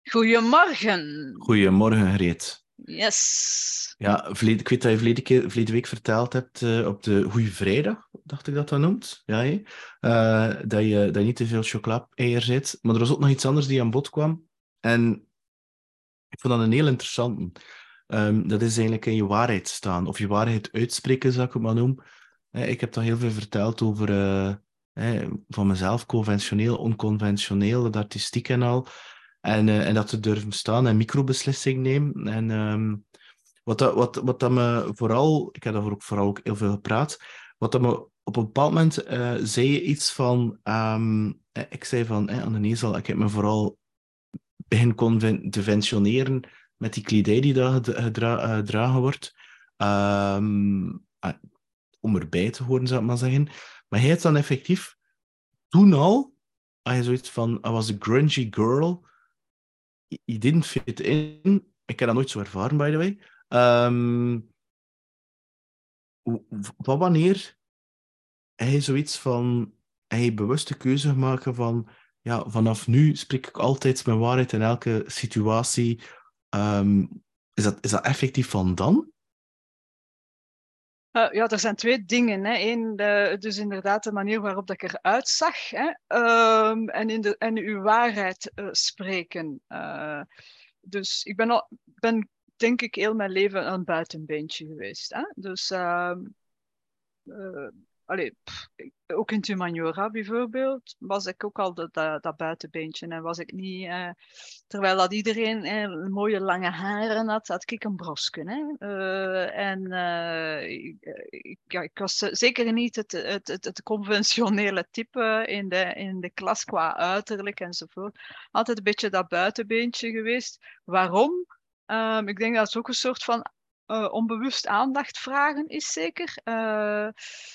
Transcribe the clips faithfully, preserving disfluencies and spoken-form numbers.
Goedemorgen. Goedemorgen, Greet. Yes. Ja, verleden, ik weet dat je verleden, keer, verleden week verteld hebt uh, op de Goeie Vrijdag, dacht ik dat dat noemt. Ja, hè? Uh, dat, je, dat je niet te veel chocola-eier zit. Maar er was ook nog iets anders die aan bod kwam. En ik vond dat een heel interessante. Um, dat is eigenlijk in je waarheid staan. Of je waarheid uitspreken, zou ik het maar noemen. Eh, ik heb dan heel veel verteld over uh, eh, van mezelf, conventioneel, onconventioneel, de artistiek en al. En, uh, en dat te durven staan en microbeslissing nemen. En um, wat, dat, wat, wat dat me vooral, ik heb daarvoor ook vooral ook heel veel gepraat, wat dat me op een bepaald moment uh, zei je iets van, um, eh, ik zei van, eh, Annelies, ik heb me vooral begin conventioneren met die kledij die daar gedra gedra gedragen wordt. Um, uh, om erbij te horen, zou ik maar zeggen. Maar hij heeft dan effectief toen al, had je zoiets van, I was a grungy girl, he didn't fit in. Ik heb dat nooit zo ervaren, by the way. Um, van wanneer hij zoiets van, hij bewuste keuze maken van, ja, vanaf nu spreek ik altijd mijn waarheid in elke situatie. Um, is dat, is dat effectief van dan? Uh, ja, er zijn twee dingen. Hè. Eén, de, dus inderdaad de manier waarop dat ik eruit zag. Hè. Um, en, in de, en uw waarheid uh, spreken. Uh, dus ik ben, al, ben denk ik heel mijn leven een buitenbeentje geweest. Hè. Dus uh, uh, allee, pff, ook in Humaniora bijvoorbeeld was ik ook al dat, dat, dat buitenbeentje. En was ik niet, uh, terwijl dat iedereen uh, mooie lange haren had, had ik een brosken. Hè? Uh, en uh, ik, ik, ja, ik was zeker niet het, het, het, het conventionele type in de, in de klas qua uiterlijk enzovoort. Altijd een beetje dat buitenbeentje geweest. Waarom? Um, ik denk dat het ook een soort van uh, onbewust aandacht vragen is, zeker. Uh,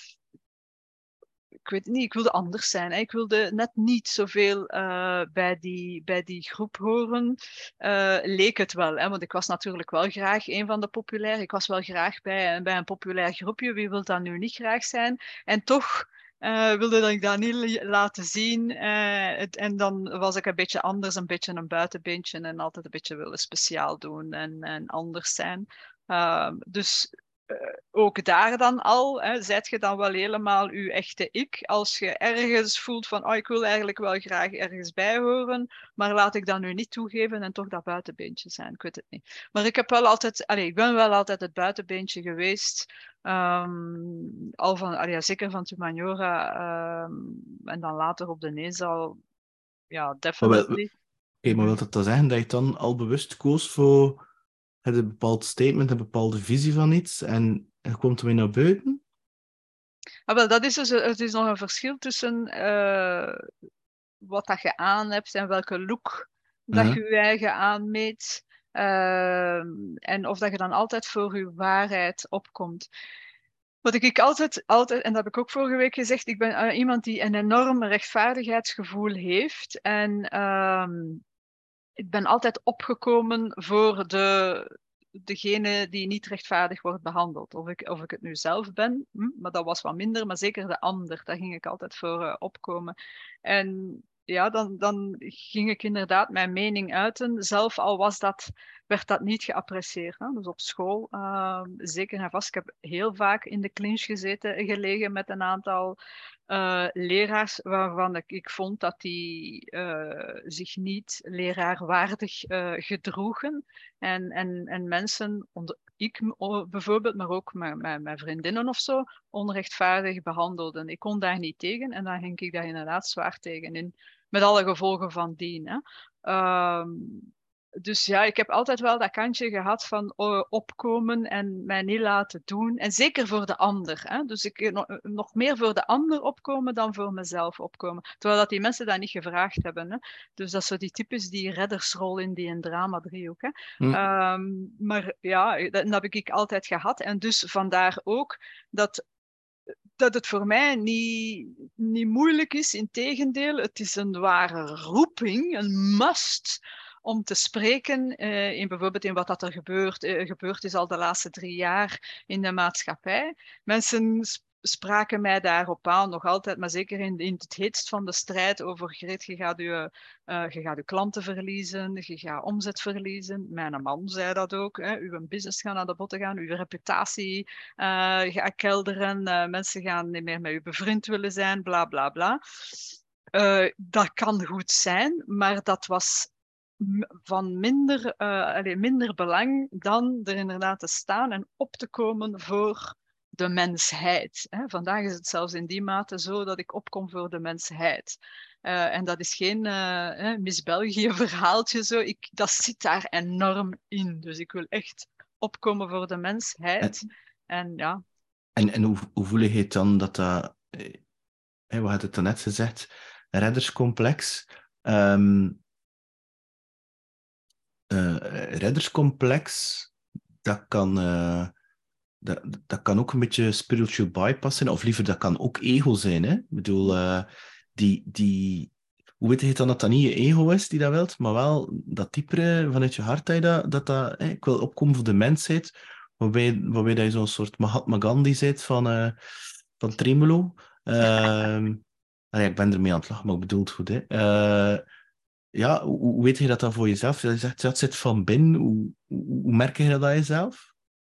ik weet het niet, ik wilde anders zijn. Hè. Ik wilde net niet zoveel uh, bij, die, bij die groep horen. Uh, leek het wel, hè, want ik was natuurlijk wel graag een van de populaire. Ik was wel graag bij, bij een populair groepje. Wie wil dat nu niet graag zijn? En toch uh, wilde dat ik dat niet laten zien. Uh, het, en dan was ik een beetje anders, een beetje een buitenbeentje en altijd een beetje willen speciaal doen en, en anders zijn. Uh, dus uh, ook daar dan al, hè, zijt je dan wel helemaal uw echte ik. Als je ergens voelt van, oh, ik wil eigenlijk wel graag ergens bij horen, maar laat ik dat nu niet toegeven en toch dat buitenbeentje zijn. Ik weet het niet. Maar ik heb wel altijd, allez, ik ben wel altijd het buitenbeentje geweest. Um, al van, allee, zeker van Humaniora um, en dan later op de Nezal, ja, Maar, wel, definitely. okay, maar Mm-hmm. wil dat dan zeggen dat je dan al bewust koos voor het een bepaald statement, een bepaalde visie van iets en er komt er weer naar buiten? Ah, wel, dat is dus, het is nog een verschil tussen uh, wat dat je aan hebt en welke look dat Uh-huh. je je eigen aanmeet. Uh, en of dat je dan altijd voor je waarheid opkomt. Wat ik altijd, altijd, en dat heb ik ook vorige week gezegd, ik ben uh, iemand die een enorm rechtvaardigheidsgevoel heeft. En um, ik ben altijd opgekomen voor de, degene die niet rechtvaardig wordt behandeld. Of ik, of ik het nu zelf ben, hm, maar dat was wat minder, maar zeker de ander, daar ging ik altijd voor uh, opkomen. En ja, dan, dan ging ik inderdaad mijn mening uiten, zelf al was dat, werd dat niet geapprecieerd. Hè? Dus op school, uh, zeker en vast, ik heb heel vaak in de clinch gezeten, gelegen met een aantal uh, leraars waarvan ik, ik vond dat die uh, zich niet leraarwaardig uh, gedroegen. En, en, en mensen, onder, ik bijvoorbeeld, maar ook mijn, mijn, mijn vriendinnen of zo, onrechtvaardig behandelden. Ik kon daar niet tegen en dan ging ik daar inderdaad zwaar tegen in, met alle gevolgen van dien. Hè. Um, dus ja, ik heb altijd wel dat kantje gehad van uh, opkomen en mij niet laten doen. En zeker voor de ander. Hè? Dus ik nog, nog meer voor de ander opkomen dan voor mezelf opkomen. Terwijl dat die mensen dat niet gevraagd hebben. Hè? Dus dat is zo die typisch die reddersrol in die drama-driehoek. Hè? Hm. Um, maar ja, dat, dat heb ik altijd gehad. En dus vandaar ook dat dat het voor mij niet, niet moeilijk is. Integendeel, het is een ware roeping, een must om te spreken uh, in bijvoorbeeld in wat dat er gebeurt, uh, gebeurd is al de laatste drie jaar in de maatschappij. Mensen spraken mij daarop aan, nog altijd, maar zeker in, in het heetst van de strijd over Greet, je gaat je, uh, je gaat je klanten verliezen, je gaat omzet verliezen. Mijn man zei dat ook, hè. Uw business gaat naar de botten gaan, uw reputatie uh, gaat kelderen, uh, mensen gaan niet meer met u bevriend willen zijn, bla bla bla. Uh, dat kan goed zijn, maar dat was van minder, uh, allez, minder belang dan er inderdaad te staan en op te komen voor de mensheid. Hè. Vandaag is het zelfs in die mate zo dat ik opkom voor de mensheid. Uh, en dat is geen uh, Miss België verhaaltje zo. Ik, dat zit daar enorm in. Dus ik wil echt opkomen voor de mensheid. En, en ja. En, en hoe, hoe voel je het dan dat dat... Eh, we hadden het net gezegd, redderscomplex... Um, uh, redderscomplex, dat kan... Uh, Dat, dat kan ook een beetje spiritual bypass zijn, of liever, dat kan ook ego zijn. Hè? Ik bedoel, uh, die, die... hoe weet je dan dat dat niet je ego is die dat wilt, maar wel dat diepere vanuit je hart, dat, je dat, dat, dat hè? Ik wil opkomen voor de mensheid, waarbij, waarbij dat je zo'n soort Mahatma Gandhi bent van, uh, van Tremolo. Uh, ja, ik ben ermee aan het lachen, maar ik bedoel het goed. Hè? Uh, ja, hoe, hoe weet je dat dan voor jezelf? Je zegt, dat zit van binnen. Hoe, hoe, hoe merk je dat aan jezelf?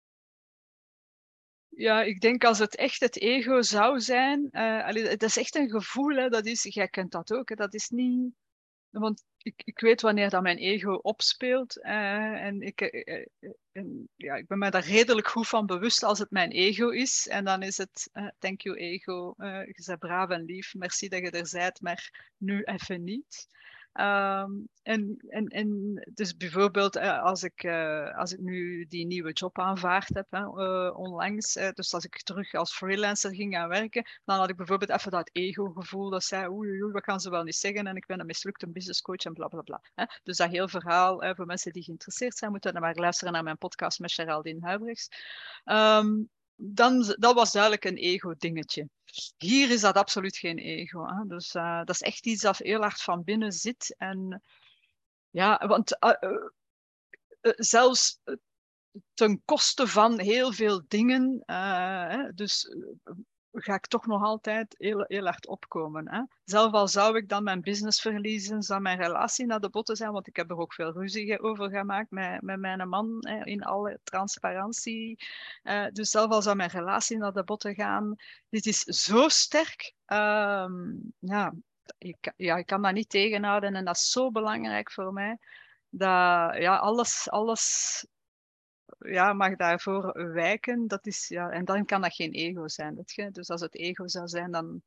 Ja, ik denk als het echt het ego zou zijn, uh, allee, dat is echt een gevoel, hè, dat is, jij kent dat ook, hè, dat is niet, want ik, ik weet wanneer dat mijn ego opspeelt uh, en, ik, uh, en ja, ik ben me daar redelijk goed van bewust als het mijn ego is en dan is het, uh, thank you ego, uh, je bent braaf en lief, merci dat je er bent, maar nu even niet. Um, en, en, en dus bijvoorbeeld uh, als, ik, uh, als ik nu die nieuwe job aanvaard heb, hè, uh, onlangs, uh, dus als ik terug als freelancer ging gaan werken, dan had ik bijvoorbeeld even dat ego-gevoel dat zei, oei, oei, wat kan ze wel niet zeggen en ik ben een mislukte businesscoach en blablabla. Bla, bla. Dus dat heel verhaal, uh, voor mensen die geïnteresseerd zijn, moeten dan maar luisteren naar mijn podcast met Geraldine Huibrechts. Um, dan, dat was duidelijk een ego-dingetje. Hier is dat absoluut geen ego. Hè? Dus uh, dat is echt iets dat heel hard van binnen zit. En ja, want uh, uh, uh, zelfs uh, ten koste van heel veel dingen, uh, hè, dus uh, ga ik toch nog altijd heel, heel hard opkomen. Hè? Zelf al zou ik dan mijn business verliezen, zou mijn relatie naar de botten zijn, want ik heb er ook veel ruzie over gemaakt met, met mijn man, hè, in alle transparantie. Uh, dus zelf al zou mijn relatie naar de botten gaan. Dit is zo sterk. Um, ja, ik, ja, ik kan dat niet tegenhouden en dat is zo belangrijk voor mij. Dat ja, alles... alles ja, mag daarvoor wijken. Dat is, ja, en dan kan dat geen ego zijn. Weet je? Dus als het ego zou zijn, dan...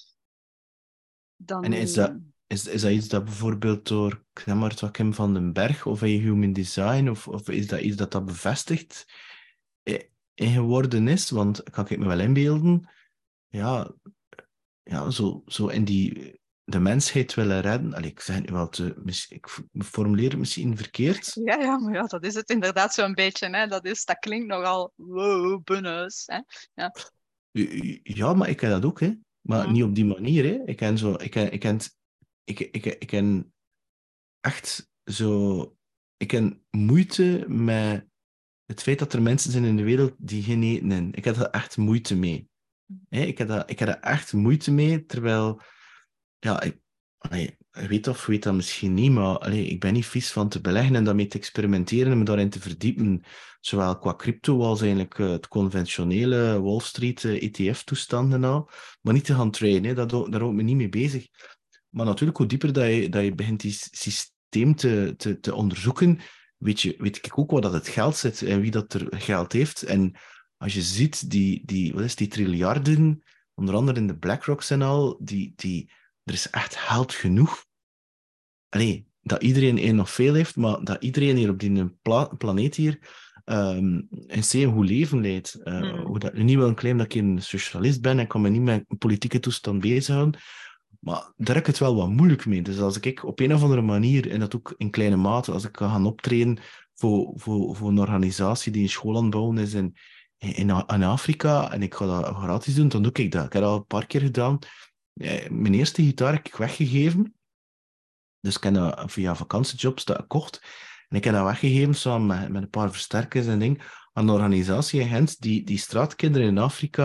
dan... En is dat, is, is dat iets dat bijvoorbeeld door, ik zeg maar, het Kim van den Berg of in Human Design, of, of is dat iets dat dat bevestigd in geworden is? Want kan ik me wel inbeelden, ja, ja zo, zo in die... de mensheid willen redden. Allee, ik zeg het nu wel te... Ik formuleer het misschien verkeerd. Ja, ja, maar ja, dat is het inderdaad zo'n beetje. Hè. Dat, is, dat klinkt nogal wow, bunneus. Hè. Ja. Ja, maar ik ken dat ook, hè. Maar mm. niet op die manier, hè. Ik ken zo... Ik ken... Ik ken, ik, ik, ik ken echt zo... Ik ken moeite met het feit dat er mensen zijn in de wereld die geen eten hebben. Ik heb daar echt moeite mee. Hè? Ik heb daar, ik heb daar echt moeite mee, terwijl... Ja, ik, allee, je weet of je weet dat misschien niet, maar allee, ik ben niet vies van te beleggen en daarmee te experimenteren en me daarin te verdiepen. Zowel qua crypto als eigenlijk uh, het conventionele Wall Street uh, E T F-toestanden al. Maar niet te gaan traden, hè. Dat, daar hou ik me niet mee bezig. Maar natuurlijk, hoe dieper dat je, dat je begint die systeem te, te, te onderzoeken, weet, je, weet ik ook waar dat het geld zit en wie dat er geld heeft. En als je ziet, die, die, wat is die triljarden, onder andere in de BlackRocks en al, die... die er is echt geld genoeg. Allee, dat iedereen één nog veel heeft, maar dat iedereen hier op die pla planeet hier um, een zeer goed leven leidt. Uh, mm. Hoe dat, niet wil claimen dat ik een socialist ben en kan me niet met een politieke toestand bezighouden, maar daar heb ik het wel wat moeilijk mee. Dus als ik op een of andere manier, en dat ook in kleine mate, als ik kan gaan optreden voor, voor, voor een organisatie die een school aan het bouwen is in, in, in Afrika, en ik ga dat gratis doen, dan doe ik dat. Ik heb dat al een paar keer gedaan. Ja, mijn eerste gitaar heb ik weggegeven. Dus ik heb dat via vakantiejobs dat gekocht. En ik heb dat weggegeven samen met, met een paar versterkers en dingen aan een organisatie in Gent die, die straatkinderen in Afrika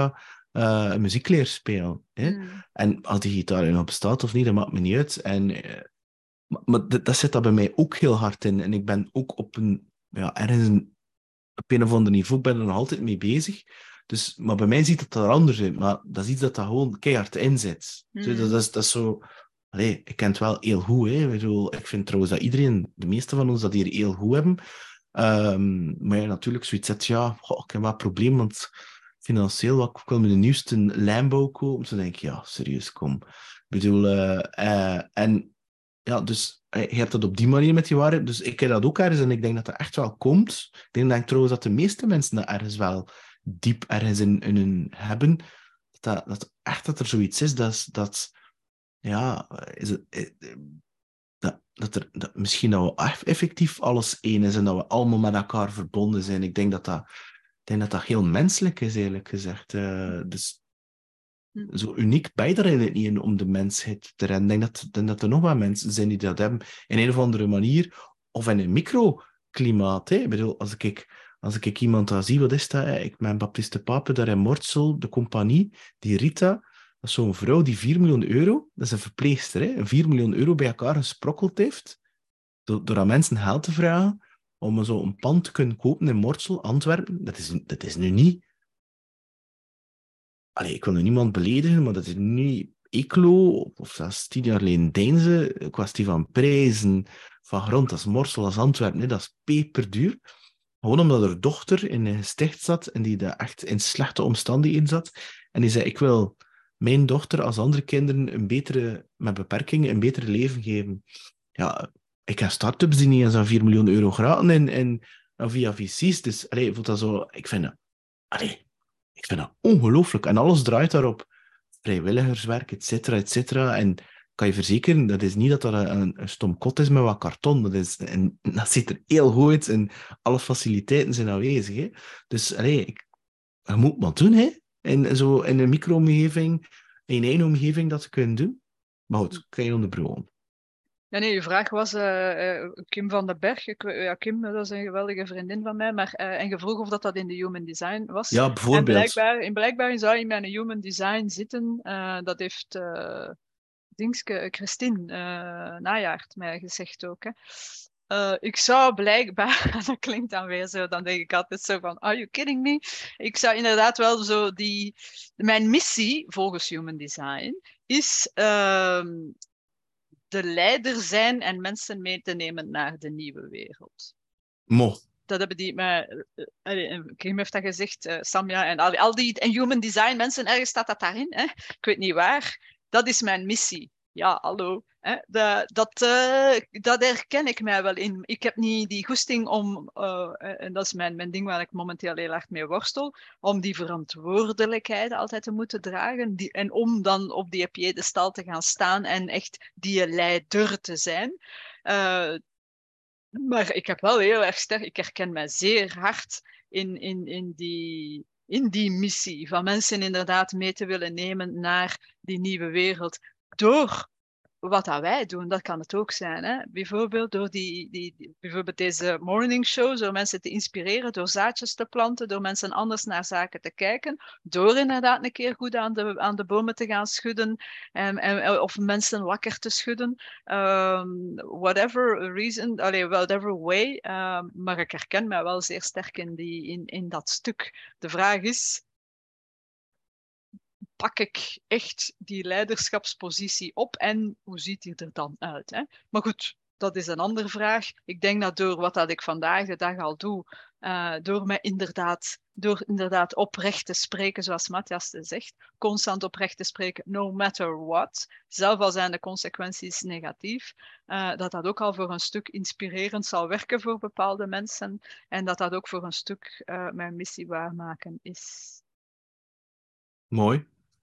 uh, een muziekleer spelen. Hè? Mm. En als die gitaar nog bestaat of niet, dat maakt me niet uit. En, uh, maar maar dat, dat zit daar bij mij ook heel hard in. En ik ben ook op een, ja, ergens een, op een of ander niveau ben er nog altijd mee bezig. Dus, maar bij mij ziet het er anders uit. Maar dat is iets dat daar gewoon keihard in zit. Mm. Zo, dat, dat, is, dat is zo... Allee, ik ken het wel heel goed. Hè. Ik bedoel, ik vind trouwens dat iedereen, de meeste van ons, dat hier heel goed hebben. Um, maar ja, natuurlijk, zoiets zet, ja, goh, ik heb wel een probleem, want financieel wat ik wil met de nieuwste lijnbouw kopen. Toen denk ik, ja, serieus, kom. Ik bedoel, uh, uh, en ja, dus uh, je hebt dat op die manier met die waarheid. Dus ik heb dat ook ergens en ik denk dat dat echt wel komt. Ik denk, denk trouwens dat de meeste mensen dat ergens wel diep ergens in, in hun hebben. Dat, dat echt dat er zoiets is, dat, dat ja, is het... Dat, dat, er, dat misschien dat we effectief alles één is en dat we allemaal met elkaar verbonden zijn. Ik denk dat dat, ik denk dat, dat heel menselijk is, eerlijk gezegd. Uh, dus zo uniek ben je er eigenlijk niet in om de mensheid te redden. Ik denk dat, denk dat er nog wel mensen zijn die dat hebben in een of andere manier, of in een microklimaat. Hè. Ik bedoel, als ik, als ik iemand daar zie, wat is dat? Hè? Ik ben Baptiste Pape, daar in Mortsel, de compagnie, die Rita... Dat is zo'n vrouw die vier miljoen euro, dat is een verpleegster, hè, vier miljoen euro bij elkaar gesprokkeld heeft, door, door aan mensen geld te vragen, om zo een pand te kunnen kopen in Mortsel, Antwerpen. Dat is, dat is nu niet... Allee, ik wil nu niemand beledigen, maar dat is nu niet Eeklo, of zelfs tien jaar geleden Deinze, een kwestie van prijzen, van grond als Mortsel, als Antwerpen, hè, dat is peperduur. Gewoon omdat haar dochter in een gesticht zat, en die daar echt in slechte omstandigheden zat, en die zei, ik wil... mijn dochter als andere kinderen een betere, met beperkingen een betere leven geven. Ja, ik heb start-ups die niet eens aan vier miljoen euro graten in, in, via V C's. Dus allee, ik voel dat zo... Ik vind dat, allee, ik vind dat ongelooflijk. En alles draait daarop. Vrijwilligerswerk, et cetera, et cetera. En kan je verzekeren, dat is niet dat dat een, een stom kot is met wat karton. Dat, is, en, dat ziet er heel goed uit en alle faciliteiten zijn aanwezig. Hè. Dus allee, ik, je moet wat doen, hè. In, zo, in een micro-omgeving, in één omgeving dat te kunnen doen. Maar goed, kan je onderbroken. Ja, nee, uw vraag was uh, uh, Kim van den Berg. Ik, ja, Kim, dat is een geweldige vriendin van mij. Maar, uh, en je vroeg of dat, dat in de Human Design was. Ja, bijvoorbeeld. En blijkbaar, in blijkbaar zou je met een Human Design zitten. Uh, dat heeft uh, Dingske, Christine uh, Najaard mij gezegd ook. Hè. Uh, ik zou blijkbaar, dat klinkt dan weer zo, dan denk ik altijd zo van, are you kidding me? Ik zou inderdaad wel zo die... Mijn missie, volgens Human Design, is... Uh, de leider zijn en mensen mee te nemen naar de nieuwe wereld. Mo. Dat hebben die... Maar, uh, Kim heeft dat gezegd, uh, Samja en al, al die en Human Design mensen, ergens staat dat daarin. Hè? Ik weet niet waar. Dat is mijn missie. Ja, hallo. Hè? De, dat, uh, dat herken ik mij wel in. Ik heb niet die goesting om, uh, en dat is mijn, mijn ding waar ik momenteel heel hard mee worstel, om die verantwoordelijkheid altijd te moeten dragen die, en om dan op die piedestal te gaan staan en echt die leider te zijn. Uh, maar ik heb wel heel erg sterk, ik herken mij zeer hard in, in, in die... in die missie van mensen inderdaad mee te willen nemen naar die nieuwe wereld door wat dat wij doen. Dat kan het ook zijn. Hè? Bijvoorbeeld door die, die, die, bijvoorbeeld deze morning show, door mensen te inspireren, door zaadjes te planten, door mensen anders naar zaken te kijken, door inderdaad een keer goed aan de, aan de bomen te gaan schudden en, en, of mensen wakker te schudden. Um, whatever reason, allee, whatever way. Um, maar ik herken mij wel zeer sterk in, die, in, in dat stuk. De vraag is, pak ik echt die leiderschapspositie op en hoe ziet die er dan uit? Hè? Maar goed, dat is een andere vraag. Ik denk dat door wat dat ik vandaag de dag al doe, uh, door mij inderdaad, door inderdaad oprecht te spreken, zoals Matthias zegt, constant oprecht te spreken, no matter what, zelf al zijn de consequenties negatief, uh, dat dat ook al voor een stuk inspirerend zal werken voor bepaalde mensen en dat dat ook voor een stuk uh, mijn missie waarmaken is. Mooi.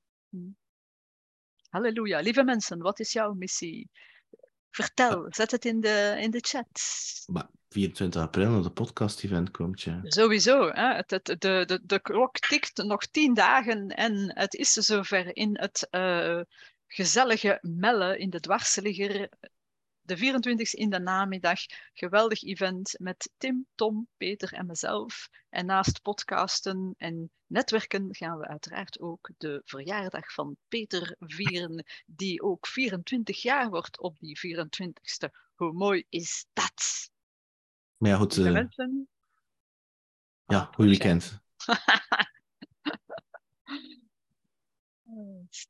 Halleluja. Lieve mensen, wat is jouw missie? Vertel, zet het in de, in de chat. Maar vierentwintig april als de podcast-event komt, ja. Sowieso. Hè? Het, het, de, de, de klok tikt nog tien dagen en het is zover in het uh, gezellige Melle in de dwarsligger. de vierentwintigste in de namiddag. Geweldig event met Tim, Tom, Peter en mezelf. En naast podcasten en netwerken gaan we uiteraard ook de verjaardag van Peter vieren, die ook vierentwintig jaar wordt op die vierentwintigste. Hoe mooi is dat? Maar ja, goed. Lieve Uh, mensen. ja, goed weekend.